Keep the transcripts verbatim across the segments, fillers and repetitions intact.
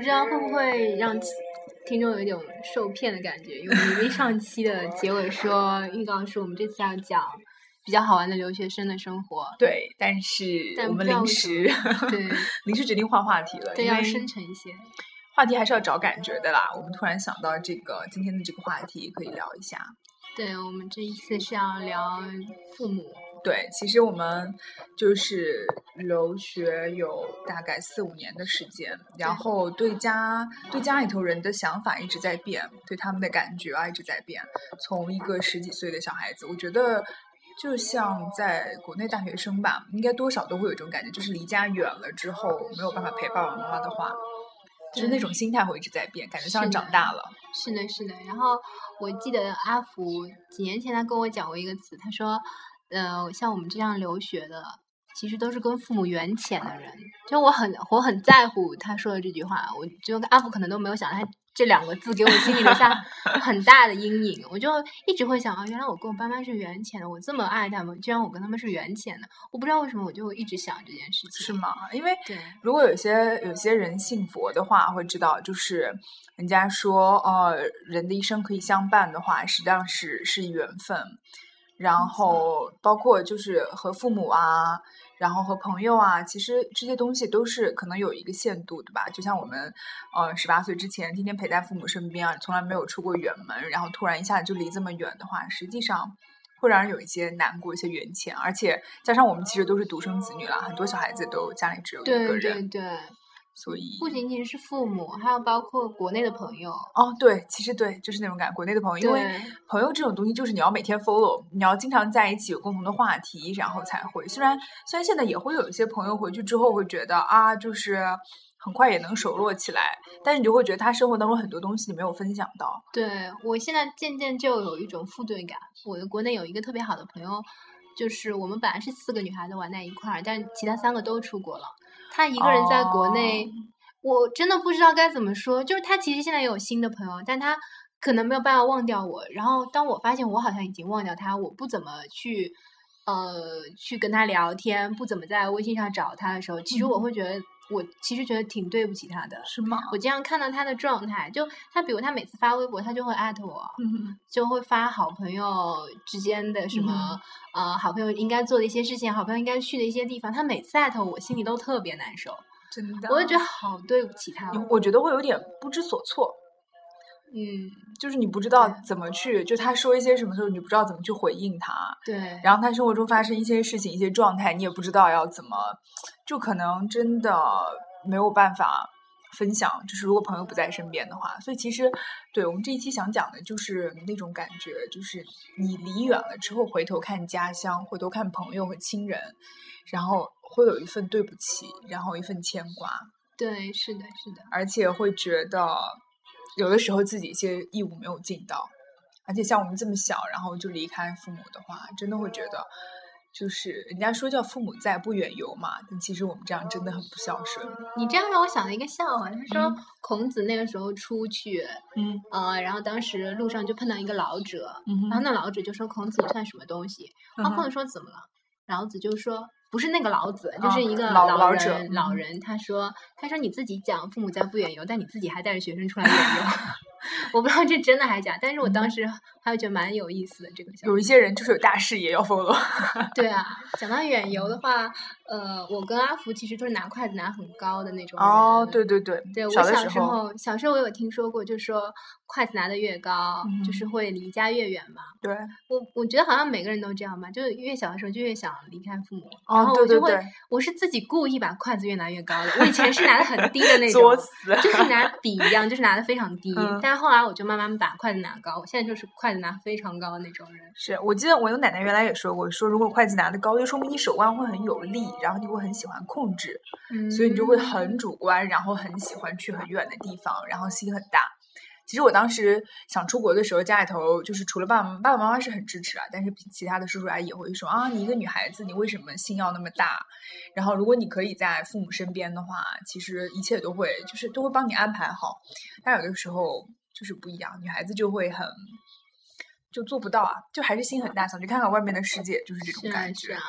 知道会不会让听众有一种受骗的感觉，因为明明上期的结尾说预告说我们这次要讲比较好玩的留学生的生活， 对，但是我们临时对临时决定换话题了， 对，要深沉一些。 话题还是要找感觉的啦。我们突然想到这个今天的这个话题可以聊一下。 对，我们这一次是要聊父母。 对，其实我们就是留学有大概四五年的时间，然后对家对家里头人的想法一直在变，对他们的感觉啊一直在变。从一个十几岁的小孩子，我觉得就像在国内大学生吧，应该多少都会有一种感觉，就是离家远了之后没有办法陪爸爸妈妈的话，就是那种心态会一直在变，感觉像长大了。 是的，是的。然后我记得阿福几年前他跟我讲过一个词，他说呃，像我们这样留学的其实都是跟父母缘浅的人，就我很我很在乎他说的这句话，我就阿福可能都没有想到他这两个字给我心里留下很大的阴影。我就一直会想啊，原来我跟我爸妈是缘浅的，我这么爱他们，居然我跟他们是缘浅的，我不知道为什么我就一直想这件事情。 是吗？因为对， 如果有些有些人信佛的话，会知道就是人家说呃，人的一生可以相伴的话，实际上是是缘分。然后包括就是和父母啊，然后和朋友啊，其实这些东西都是可能有一个限度的吧。就像我们呃十八岁之前天天陪在父母身边啊，从来没有出过远门，然后突然一下子就离这么远的话，实际上会让人有一些难过，一些缘浅。而且加上我们其实都是独生子女啦，很多小孩子都家里只有一个人。 对对对， 所以不仅仅是父母，还有包括国内的朋友。 哦，对，其实对，就是那种感觉，国内的朋友，因为朋友这种东西，就是你要每天 follow，你要经常在一起，有共同的话题，然后才会。虽然虽然现在也会有一些朋友回去之后会觉得啊，就是很快也能熟络起来，但是你就会觉得他生活当中很多东西你没有分享到。 对，我现在渐渐就有一种负对感。我的国内有一个特别好的朋友，就是我们本来是四个女孩子玩在一块儿，但其他三个都出国了。他一个人在国内、哦、我真的不知道该怎么说，就是他其实现在也有新的朋友，但他可能没有办法忘掉我。然后当我发现我好像已经忘掉他，我不怎么去呃去跟他聊天，不怎么在微信上找他的时候，其实我会觉得、嗯、我其实觉得挺对不起他的。 是吗？ 我这样看到他的状态，就他比如他每次发微博他就会艾特我、 嗯、 就会发好朋友之间的什么、嗯、呃好朋友应该做的一些事情，好朋友应该去的一些地方，他每次艾特我，我心里都特别难受。 真的， 我就觉得好对不起他。 我觉得会有点不知所措。 嗯， 就是你不知道怎么去，就他说一些什么时候，你不知道怎么去回应他。 对。 然后他生活中发生一些事情、一些状态，你也不知道要怎么，就可能真的没有办法分享。就是如果朋友不在身边的话，所以其实对我们这一期想讲的就是那种感觉，就是你离远了之后，回头看家乡，回头看朋友和亲人，然后会有一份对不起，然后一份牵挂。 对，是的，是的。 而且会觉得有的时候自己一些义务没有尽到，而且像我们这么小，然后就离开父母的话，真的会觉得，就是人家说叫父母在不远游嘛，但其实我们这样真的很不孝顺。 你这样让我想了一个笑话，他说、 嗯、 孔子那个时候出去， 嗯呃，然后当时路上就碰到一个老者， 嗯、 然后那老者就说孔子算什么东西？然后孔子说怎么了？老子就说。不是那个老子，就是一个老老人。 老者老人他说：“他说你自己讲父母在不远游，但你自己还带着学生出来远游。”我不知道这真的还假，但是我当时还觉得蛮有意思的这个。 有一些人就是有大视野要 follow。 对啊，讲到远游的话，呃，我跟阿福其实都是拿筷子拿很高的那种人。 哦，对对对， 对，我小小时候小时候我有听说过，就是说筷子拿得越高， 嗯、 就是会离家越远嘛。 对， 我我觉得好像每个人都这样吧，就是越小的时候就越想离开父母， 哦、 然后我就会， 对对对， 我是自己故意把筷子越拿越高的。我以前是拿的很低的那种， 作死， 就是拿笔一样，就是拿的非常低。 嗯、 但是后来我就慢慢把筷子拿高，我现在就是筷子拿非常高的那种人。 是我记得我有奶奶原来也说过，说如果筷子拿得高，就说明你手腕会很有力，然后你会很喜欢控制， 嗯、 所以你就会很主观，然后很喜欢去很远的地方，然后心很大。其实我当时想出国的时候，家里头就是除了爸爸爸爸妈妈是很支持啊，但是其他的叔叔阿姨也会说啊，你一个女孩子，你为什么心要那么大？然后如果你可以在父母身边的话，其实一切都会就是都会帮你安排好。但有的时候就是不一样，女孩子就会很就做不到啊，就还是心很大，想去看看外面的世界，就是这种感觉。 是啊，是啊，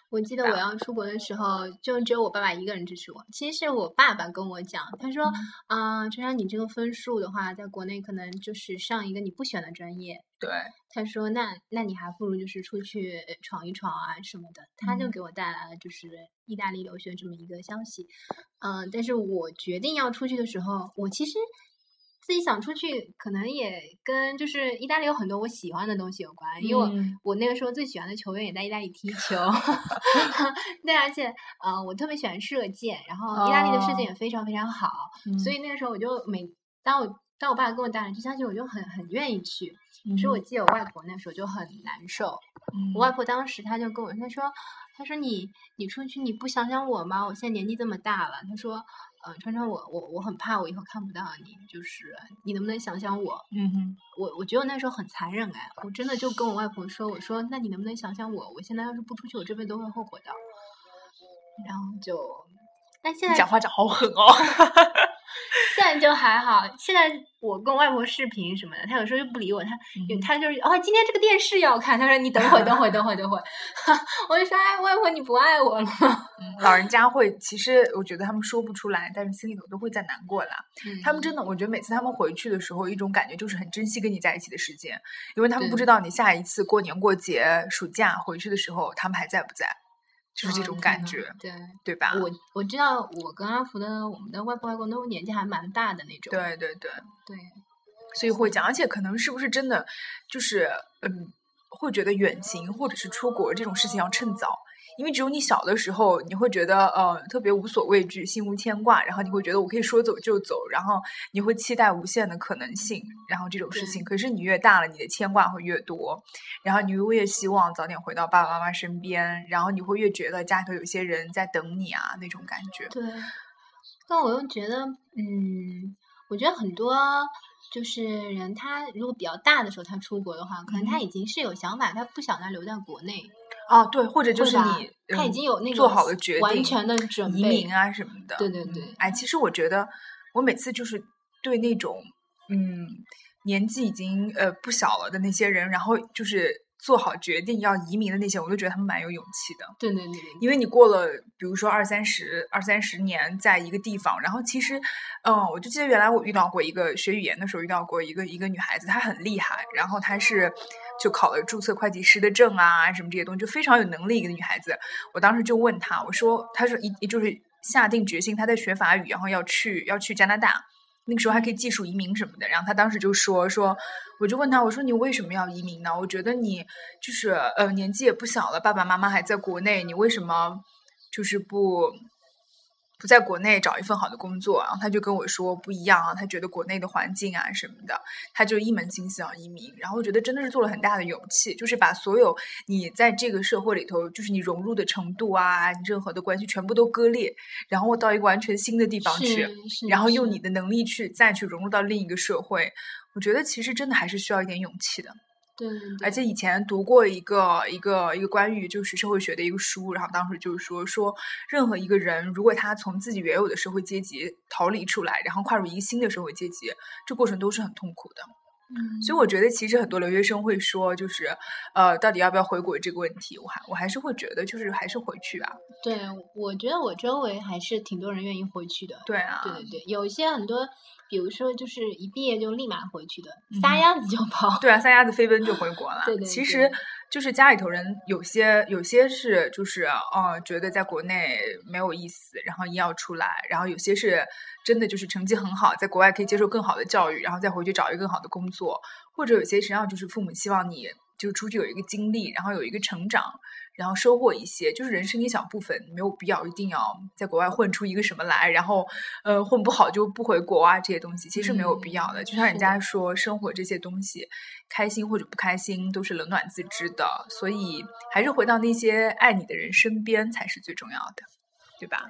我记得我要出国的时候，就只有我爸爸一个人支持我。其实是我爸爸跟我讲，他说：“啊、嗯，春山，你这个分数的话，在国内可能就是上一个你不选的专业。” 对， 他说：“那那你还不如就是出去闯一闯啊什么的。”他就给我带来了就是意大利留学这么一个消息。嗯、呃，但是我决定要出去的时候，我其实自己想出去，可能也跟就是意大利有很多我喜欢的东西有关，因为我、嗯、我那个时候最喜欢的球员也在意大利踢球，对，而且呃我特别喜欢射箭，然后意大利的射箭也非常非常好，哦、所以那个时候我就每当我当我爸跟我带了这消息，我就很很愿意去。可是我记得我外婆那时候就很难受，嗯、我外婆当时她就跟我她说她说你你出去你不想想我吗？我现在年纪这么大了，她说。呃，川川，我我我很怕我以后看不到你，就是你能不能想想我？ 嗯哼， 我我觉得那时候很残忍哎，我真的就跟我外婆说，我说那你能不能想想我？我现在要是不出去，我这辈子都会后悔的。然后就，但现在讲话讲好狠哦。 现在就还好，现在我跟外婆视频什么的，她有时候就不理我，她、嗯、她就是哦，今天这个电视要看，她说你等会等会等会等会，我就说哎，外婆你不爱我了吗？ 嗯，老人家会，其实我觉得他们说不出来，但是心里头都会在难过啦。嗯、他们真的，我觉得每次他们回去的时候，一种感觉就是很珍惜跟你在一起的时间，因为他们不知道你下一次过年过节、暑假回去的时候，他们还在不在。就是这种感觉， 哦、对对吧？ 我我知道，我跟阿福的我们的外婆外公都年纪还蛮大的那种。 对对对对， 所以会讲，而且可能是不是真的，就是嗯，会觉得远行或者是出国这种事情要趁早。因为只有你小的时候，你会觉得呃特别无所畏惧、心无牵挂，然后你会觉得我可以说走就走，然后你会期待无限的可能性，然后这种事情。可是你越大了，你的牵挂会越多，然后你又越希望早点回到爸爸妈妈身边，然后你会越觉得家里头有些人在等你啊那种感觉。 对，但我又觉得，嗯，我觉得很多就是人，他如果比较大的时候他出国的话，可能他已经是有想法，他不想再留在国内。 哦，对，或者就是你， 嗯、他已经有那个做好了决定， 完全的准备， 移民啊什么的。 对对对， 嗯、哎，其实我觉得，我每次就是对那种嗯年纪已经呃不小了的那些人，然后就是做好决定要移民的那些，我都觉得他们蛮有勇气的。 对对对， 因为你过了，比如说二三十、二三十年在一个地方，然后其实，嗯，我就记得原来我遇到过一个学语言的时候，遇到过一个一个女孩子，她很厉害，然后她是就考了注册会计师的证啊，什么这些东西，就非常有能力一个女孩子。我当时就问她，我说，她说一就是下定决心，她在学法语，然后要去要去加拿大。那个时候还可以技术移民什么的，然后他当时就说说，我就问他，我说你为什么要移民呢？我觉得你就是呃年纪也不小了，爸爸妈妈还在国内，你为什么就是不不在国内找一份好的工作？然后他就跟我说不一样啊，他觉得国内的环境啊什么的，他就一门心思要移民。然后我觉得真的是做了很大的勇气，就是把所有你在这个社会里头，就是你融入的程度啊，你任何的关系全部都割裂，然后到一个完全新的地方去，然后用你的能力去再去融入到另一个社会。我觉得其实真的还是需要一点勇气的。 对对对， 而且以前读过一个一个一个关于就是社会学的一个书，然后当时就是说说任何一个人如果他从自己原有的社会阶级逃离出来，然后跨入一个新的社会阶级，这过程都是很痛苦的。 嗯， 所以我觉得其实很多留学生会说，就是呃，到底要不要回国这个问题，我还我还是会觉得就是还是回去啊。 对，我觉得我周围还是挺多人愿意回去的。 对啊， 对对对，有一些很多。比如说，就是一毕业就立马回去的，嗯、撒丫子就跑。 对啊，撒丫子飞奔就回国了。 对, 对对， 其实就是家里头人有些有些是就是哦、呃，觉得在国内没有意思，然后硬要出来；然后有些是真的就是成绩很好，在国外可以接受更好的教育，然后再回去找一个更好的工作，或者有些实际上就是父母希望你就出去有一个经历，然后有一个成长。然后收获一些，就是人生一小部分，没有必要一定要在国外混出一个什么来，然后呃混不好就不回国啊，这些东西其实没有必要的。嗯、就像人家说，生活这些东西，开心或者不开心都是冷暖自知的，所以还是回到那些爱你的人身边才是最重要的，对吧？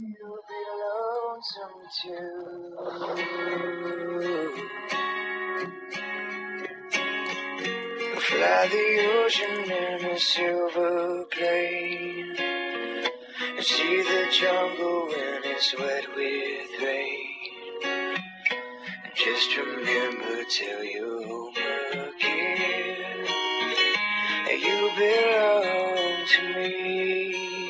Fly the ocean in a silver plane and see the jungle when it's wet with rain. And just remember till you're home again, you belong to me.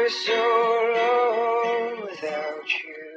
were so alone without you.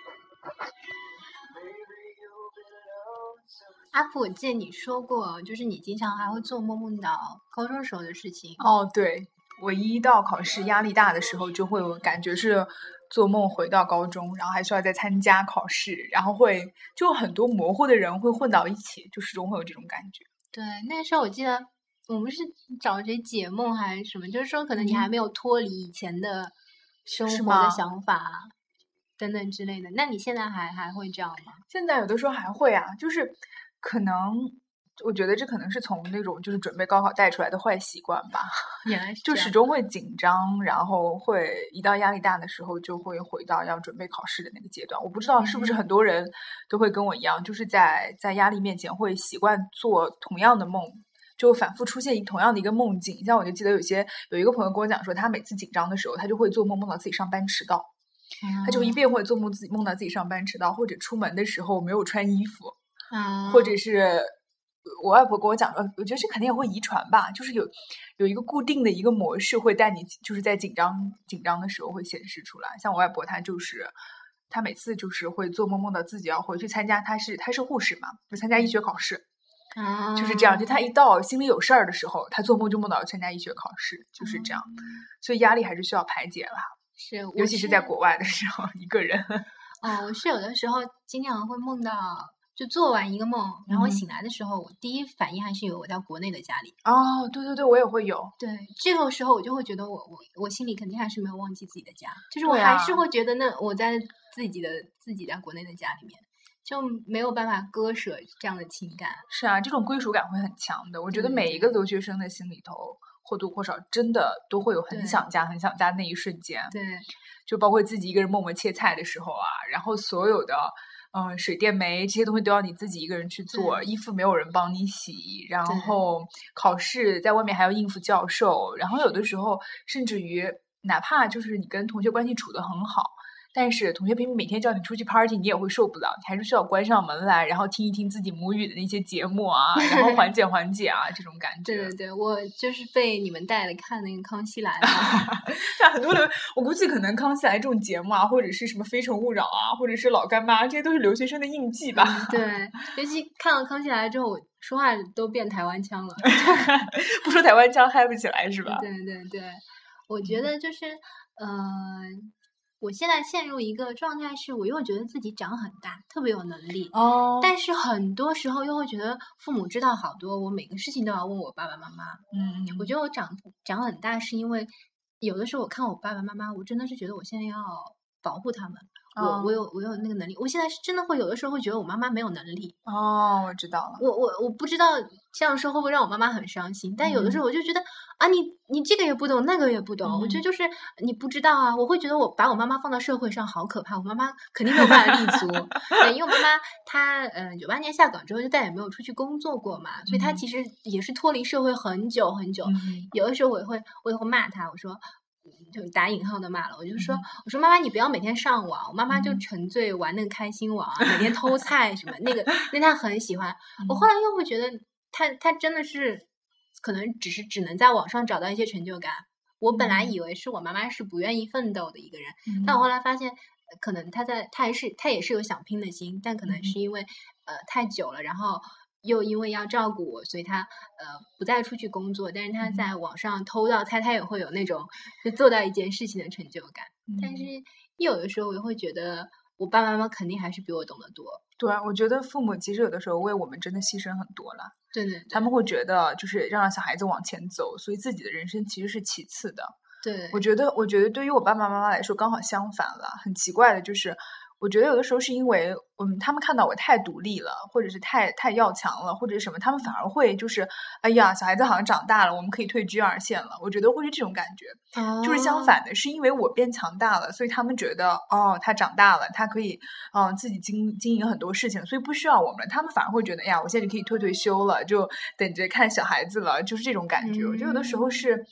Maybe you've been lonesome. 阿普，我记得你说过，就是你经常还会做梦梦到高中时候的事情。 哦，对，我一到考试压力大的时候，就会有感觉是做梦回到高中，然后还需要再参加考试，然后会就很多模糊的人会混到一起，就始终会有这种感觉。 对，那时候我记得我们是找谁解梦还是什么，就是说可能你还嗯没有脱离以前的生是活的吗想法等等之类的。那你现在还还会这样吗？ 现在有的时候还会啊，就是可能我觉得这可能是从那种就是准备高考带出来的坏习惯吧， 原来是就这样。 始终会紧张，然后会一到压力大的时候就会回到要准备考试的那个阶段。我不知道是不是嗯很多人都会跟我一样，就是在在压力面前会习惯做同样的梦。就反复出现一同样的一个梦境，像我就记得有些有一个朋友跟我讲说，他每次紧张的时候，他就会做梦梦到自己上班迟到，他就一遍会做梦自己梦到自己上班迟到，或者出门的时候没有穿衣服， 啊， 或者是我外婆跟我讲说，我觉得这肯定也会遗传吧，就是有有一个固定的一个模式会带你，就是在紧张紧张的时候会显示出来。像我外婆她就是她每次就是会做梦梦到自己要回去参加，她是她是护士嘛，就参加医学考试。 啊， 就是这样，就他一到心里有事儿的时候，他做梦就梦到要参加医学考试，就是这样，所以压力还是需要排解啦， 是，我尤其是在国外的时候，一个人。 哦，我是有的时候经常会梦到，就做完一个梦，然后嗯醒来的时候，我第一反应还是以为我在国内的家里。 哦，对对对，我也会有。 对，这个时候我就会觉得我我我心里肯定还是没有忘记自己的家，就是我对还是啊会觉得那我在自己的自己在国内的家里面，就没有办法割舍这样的情感。 是啊，这种归属感会很强的。我觉得对每一个留学生的心里头或多或少真的都会有对很想家、很想家那一瞬间。 对， 就包括自己一个人默默切菜的时候啊，然后所有的嗯、呃水电煤这些东西都要你自己一个人去做， 对衣服没有人帮你洗，然对后考试在外面还要应付教授，然后有的时候甚至于哪怕就是你跟同学关系处得很好。但是同学偏偏每天叫你出去 party， 你也会受不了，你还是需要关上门来，然后听一听自己母语的那些节目啊，然后缓解缓解啊，这种感觉。 对对对，我就是被你们带的看那个《康熙来了》 像很多留，我估计可能《康熙来》这种节目啊，或者是什么《非诚勿扰》啊，或者是《老干妈》，这些都是留学生的印记吧。 嗯对，尤其看了《康熙来了》之后，我说话都变台湾腔了。 不说台湾腔嗨不起来是吧？ 对对对，我觉得就是，呃，我现在陷入一个状态是，我又觉得自己长很大，特别有能力， 哦， 但是很多时候又会觉得父母知道好多，我每个事情都要问我爸爸妈妈。 嗯， 我觉得我长长很大，是因为有的时候我看我爸爸妈妈，我真的是觉得我现在要保护他们。我哦我有我有那个能力，我现在是真的会有的时候会觉得我妈妈没有能力， 哦，我知道了。 我我我不知道这样说会不会让我妈妈很伤心，但有的时嗯候我就觉得、啊，你你这个也不懂，那个也不懂，我觉得嗯就是你不知道啊，我会觉得我把我妈妈放到社会上好可怕，我妈妈肯定没有办法立足，对，因为我妈妈她嗯九八年下岗之后就再也没有出去工作过嘛，所以她嗯其实也是脱离社会很久很久， 嗯有的时候我也会我也会骂她，我说。就打引号的骂了，我就说， 嗯我说妈妈，你不要每天上网。我妈妈就嗯沉醉玩那个开心网啊，每天偷菜什么，那个那她很喜欢。我嗯后来又会觉得她，她真的是可能只是只能在网上找到一些成就感。我本来嗯以为是我妈妈是不愿意奋斗的一个人， 嗯但我后来发现，呃可能她在她还是她也是有想拼的心，但可能嗯是因为呃太久了，然后。又因为要照顾我，所以他呃不再出去工作，但是他嗯在网上偷到菜，他也会有那种就做到一件事情的成就感。但是嗯有的时候我又会觉得，我爸爸妈妈肯定还是比我懂得多。 对，我觉得父母其实有的时候为我们真的牺牲很多了， 对对对， 他们会觉得就是让小孩子往前走，所以自己的人生其实是其次的。 对， 我觉得，我觉得对于我爸爸妈妈来说刚好相反了。很奇怪的就是，我觉得有的时候是因为，嗯，他们看到我太独立了，或者是太太要强了，或者是什么，他们反而会就是，哎呀，小孩子好像长大了，我们可以退居二线了。我觉得会是这种感觉。就是相哦， 反的，是因为我变强大了，所以他们觉得哦，他长大了，他可以嗯、呃自己经经营很多事情，所以不需要我们了。他们反而会觉得，哎呀，我现在就可以退退休了，就等着看小孩子了，就是这种感觉。我觉得有的时候是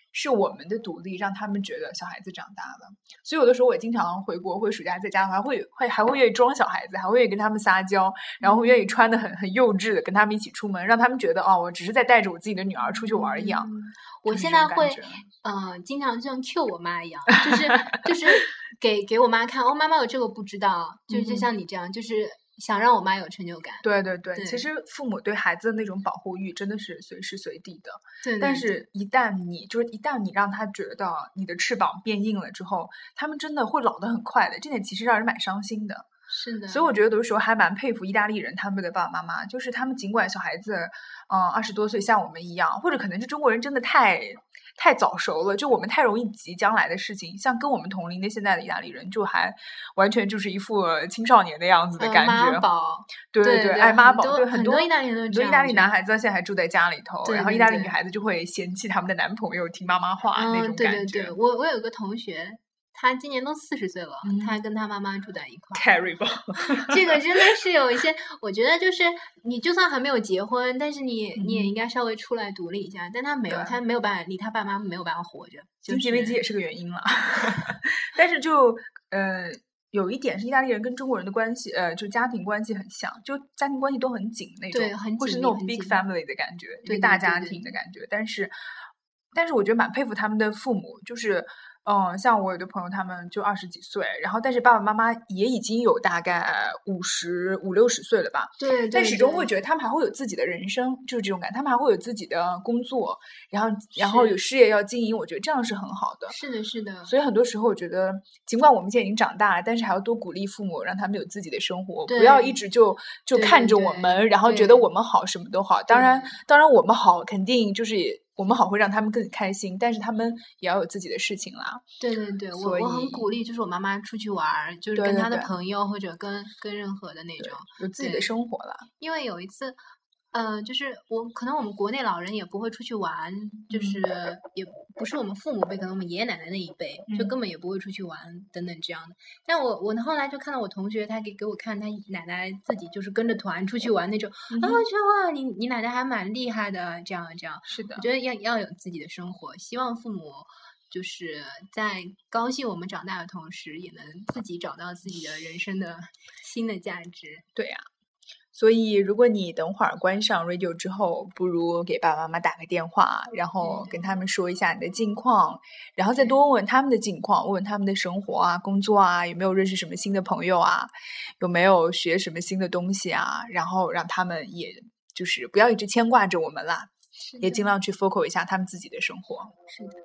是我们的独立让他们觉得小孩子长大了。所以有的时候我经常回国或暑假在家还会会还会愿意装小孩子，还会愿意跟他们撒娇，然后会愿意穿的很很幼稚的跟他们一起出门，让他们觉得哦，我只是在带着我自己的女儿出去玩一样。 嗯、我现在会嗯、呃，经常像 cue 我妈一样，就是就是给给我妈看，哦，妈妈有这个不知道，就就像你这样，嗯、就是想让我妈有成就感。 对对对， 对其实父母对孩子的那种保护欲真的是随时随地的。 对， 对， 对， 但是一旦你就是一旦你让他觉得你的翅膀变硬了之后，他们真的会老得很快的，这点其实让人蛮伤心的。 是的， 所以我觉得有的时候还蛮佩服意大利人他们的爸爸妈妈，就是他们尽管小孩子嗯二十多岁像我们一样，或者可能是中国人真的太太早熟了，就我们太容易急将来的事情，像跟我们同龄的现在的意大利人就还完全就是一副青少年的样子的感觉。 呃、妈宝， 对对对， 爱妈宝，对很多意大利人都很多意大利男孩子现在还住在家里头， 对对对， 然后意大利女孩子就会嫌弃他们的男朋友听妈妈话、 嗯、 那种感觉。 对对对，我我有一个同学。他今年都四十岁了， 嗯、 他跟他妈妈住在一块儿。Terrible， 这个真的是有一些，我觉得就是你就算还没有结婚，但是你、嗯、你也应该稍微出来独立一下。但他没有，他没有办法，离他爸妈没有办法活着。 经济危机也是个原因了。但是就呃有一点是意大利人跟中国人的关系，呃，就家庭关系很像，就家庭关系都很紧那种， 对，很紧， 或是那种 big family 的感觉，一个大家庭的感觉。但是，但是我觉得蛮佩服他们的父母，就是。嗯，像我有的朋友，他们就二十几岁，然后但是爸爸妈妈也已经有大概五十五六十岁了吧？ 对，对， 但始终会觉得他们还会有自己的人生，就是这种感，他们还会有自己的工作，然后然后有事业要经营，我觉得这样是很好的。 是的，是的。 所以很多时候，我觉得尽管我们现在已经长大了，但是还要多鼓励父母，让他们有自己的生活，不要一直就就看着我们，然后觉得我们好，什么都好。当然，当然我们好，肯定就是。我们好会让他们更开心，但是他们也要有自己的事情啦。 对对对，我我很鼓励，就是我妈妈出去玩，就是跟她的朋友或者跟跟任何的那种有自己的生活啦。 因为有一次，呃，就是我可能我们国内老人也不会出去玩，就是也不是我们父母辈，可能我们爷爷奶奶那一辈，就根本也不会出去玩等等这样的。但我我后来就看到我同学，他给给我看他奶奶自己就是跟着团出去玩那种，嗯、啊，我觉得哇，你你奶奶还蛮厉害的，这样这样。 是的， 我觉得要要有自己的生活，希望父母就是在高兴我们长大的同时，也能自己找到自己的人生的新的价值。 对呀、啊。所以，如果你等会儿关上 radio 之后，不如给爸爸妈妈打个电话，然后跟他们说一下你的近况，然后再多问问他们的近况，问问他们的生活啊、工作啊，有没有认识什么新的朋友啊，有没有学什么新的东西啊，然后让他们也就是不要一直牵挂着我们啦，也尽量去 focus 一下他们自己的生活。 是的。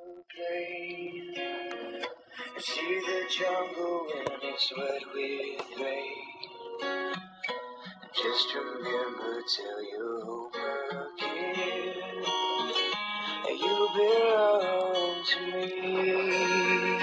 Just remember till you're home again, you belong to me.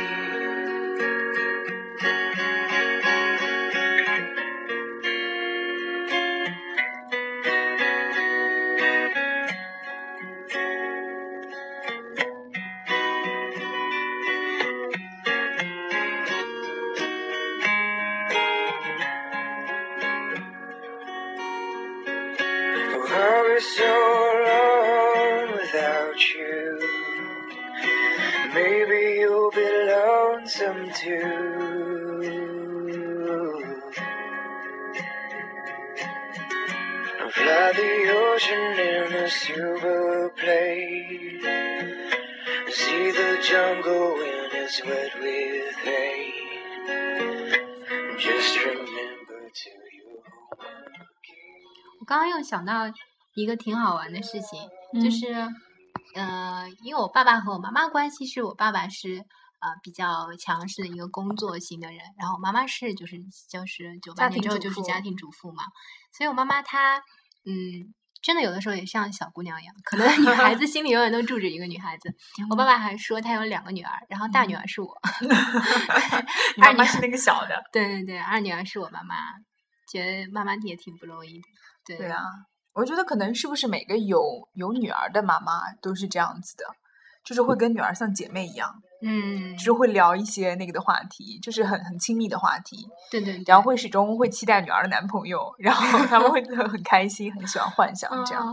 I'll be so alone without you. Maybe you'll be lonesome too. I'll fly the ocean in a silver plane, see the jungle when it's wet with rain. Just remember till you're home. 我刚刚又想到一个挺好玩的事情，嗯、就是，呃，因为我爸爸和我妈妈关系是我爸爸是呃比较强势的一个工作型的人，然后我妈妈是就是就是九八年之后就是家庭主妇嘛，所以我妈妈她嗯真的有的时候也像小姑娘一样，可能女孩子心里永远都住着一个女孩子。嗯、我爸爸还说他有两个女儿，然后大女儿是我， 嗯、二女儿是那个小的， 对对对，二女儿是我妈妈，觉得妈妈也挺不容易的。对, 对啊，我觉得可能是不是每个有有女儿的妈妈都是这样子的，就是会跟女儿像姐妹一样， 嗯， 就是会聊一些那个的话题，就是很很亲密的话题， 对 对, 对， 然后会始终会期待女儿的男朋友，然后他们会很开心，很喜欢幻想这样。 嗯、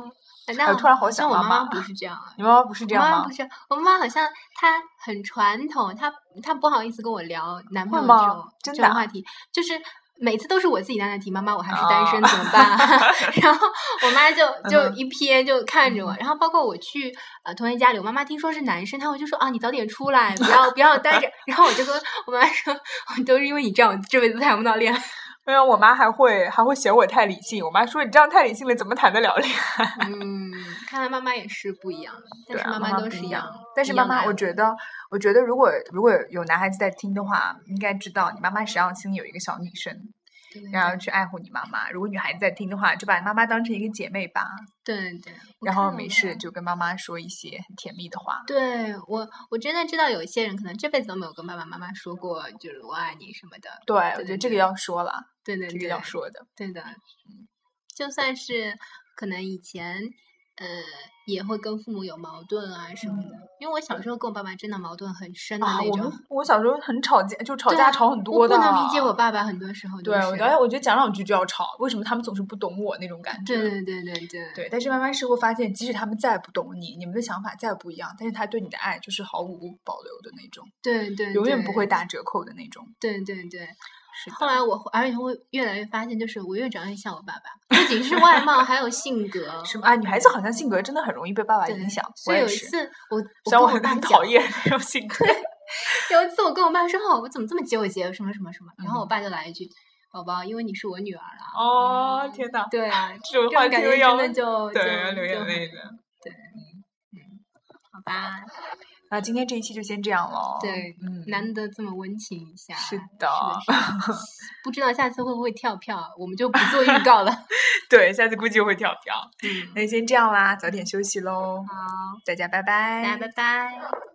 但我突然好想我妈妈不是这样啊。 你妈妈不是这样吗？ 我妈妈不是，我妈妈好像她很传统，她她不好意思跟我聊男朋友会吗这种真的啊这种话题，就是每次都是我自己在那提妈妈，我还是单身、怎么办、啊？然后我妈就就嗯一瞥就看着我，然后包括我去呃同学家里，我妈妈听说是男生，她会就说啊你早点出来，不要不要待着。然后我就说，我妈说都是因为你这样，我这辈子谈不到恋爱。 没有，我妈还会还会嫌我太理性。我妈说你这样太理性了，怎么谈得了恋爱？ 嗯，看来妈妈也是不一样的，但对啊， 是妈妈都是一不一样。 样。 但是妈妈， 一样的爱我觉得，我觉得如果如果有男孩子在听的话，应该知道你妈妈实际上心里有一个小女生， 对对然后去爱护你妈妈。如果女孩子在听的话，就把妈妈当成一个姐妹吧， 对对，我然后看了没事就跟妈妈说一些很甜蜜的话。 对我，我真的知道有一些人可能这辈子都没有跟爸爸妈妈说过，就是我爱你什么的。 对， 对我觉得这个要说了， 对对对， 这个要说的。 对的，嗯，就算是可能以前，呃，也会跟父母有矛盾啊什么的。 嗯因为我小时候跟我爸爸真的矛盾很深的啊， 那种。 我们我小时候很吵架，就吵对啊架吵很多的。 我不能理解我爸爸很多时候对，我觉得我觉得讲两句就要吵，为什么他们总是不懂我那种感觉？ 对对对对对。 对，但是慢慢是会发现，即使他们再不懂你，你们的想法再不一样，但是他对你的爱就是毫无保留的那种， 对对， 永远不对会打折扣的那种。 对对对。 是的。 后来我，而且会越来越发现，就是我越长越像我爸爸，不仅是外貌，还有性格。 是吗？啊，女孩子好像性格真的很容易被爸爸对影响。 所我也是。 以有一次，我虽然我跟我爸讲很讨厌那种性格。 有一次我跟我爸说：“哦，我怎么这么纠结？什么什么什么？”然后我嗯爸就来一句：“宝宝，因为你是我女儿了。” 哦，天哪！ 对啊， 这种这种感觉话题又要真的就对就要流眼就泪的。 对，嗯，好吧， 那今天这一期就先这样喽。 对， 嗯， 难得这么温情一下。 是的是的是的不知道下次会不会跳票，我们就不做预告了。 对，下次估计会跳票。 嗯， 那先这样啦，早点休息喽。 好， 大家拜拜。 大家拜拜。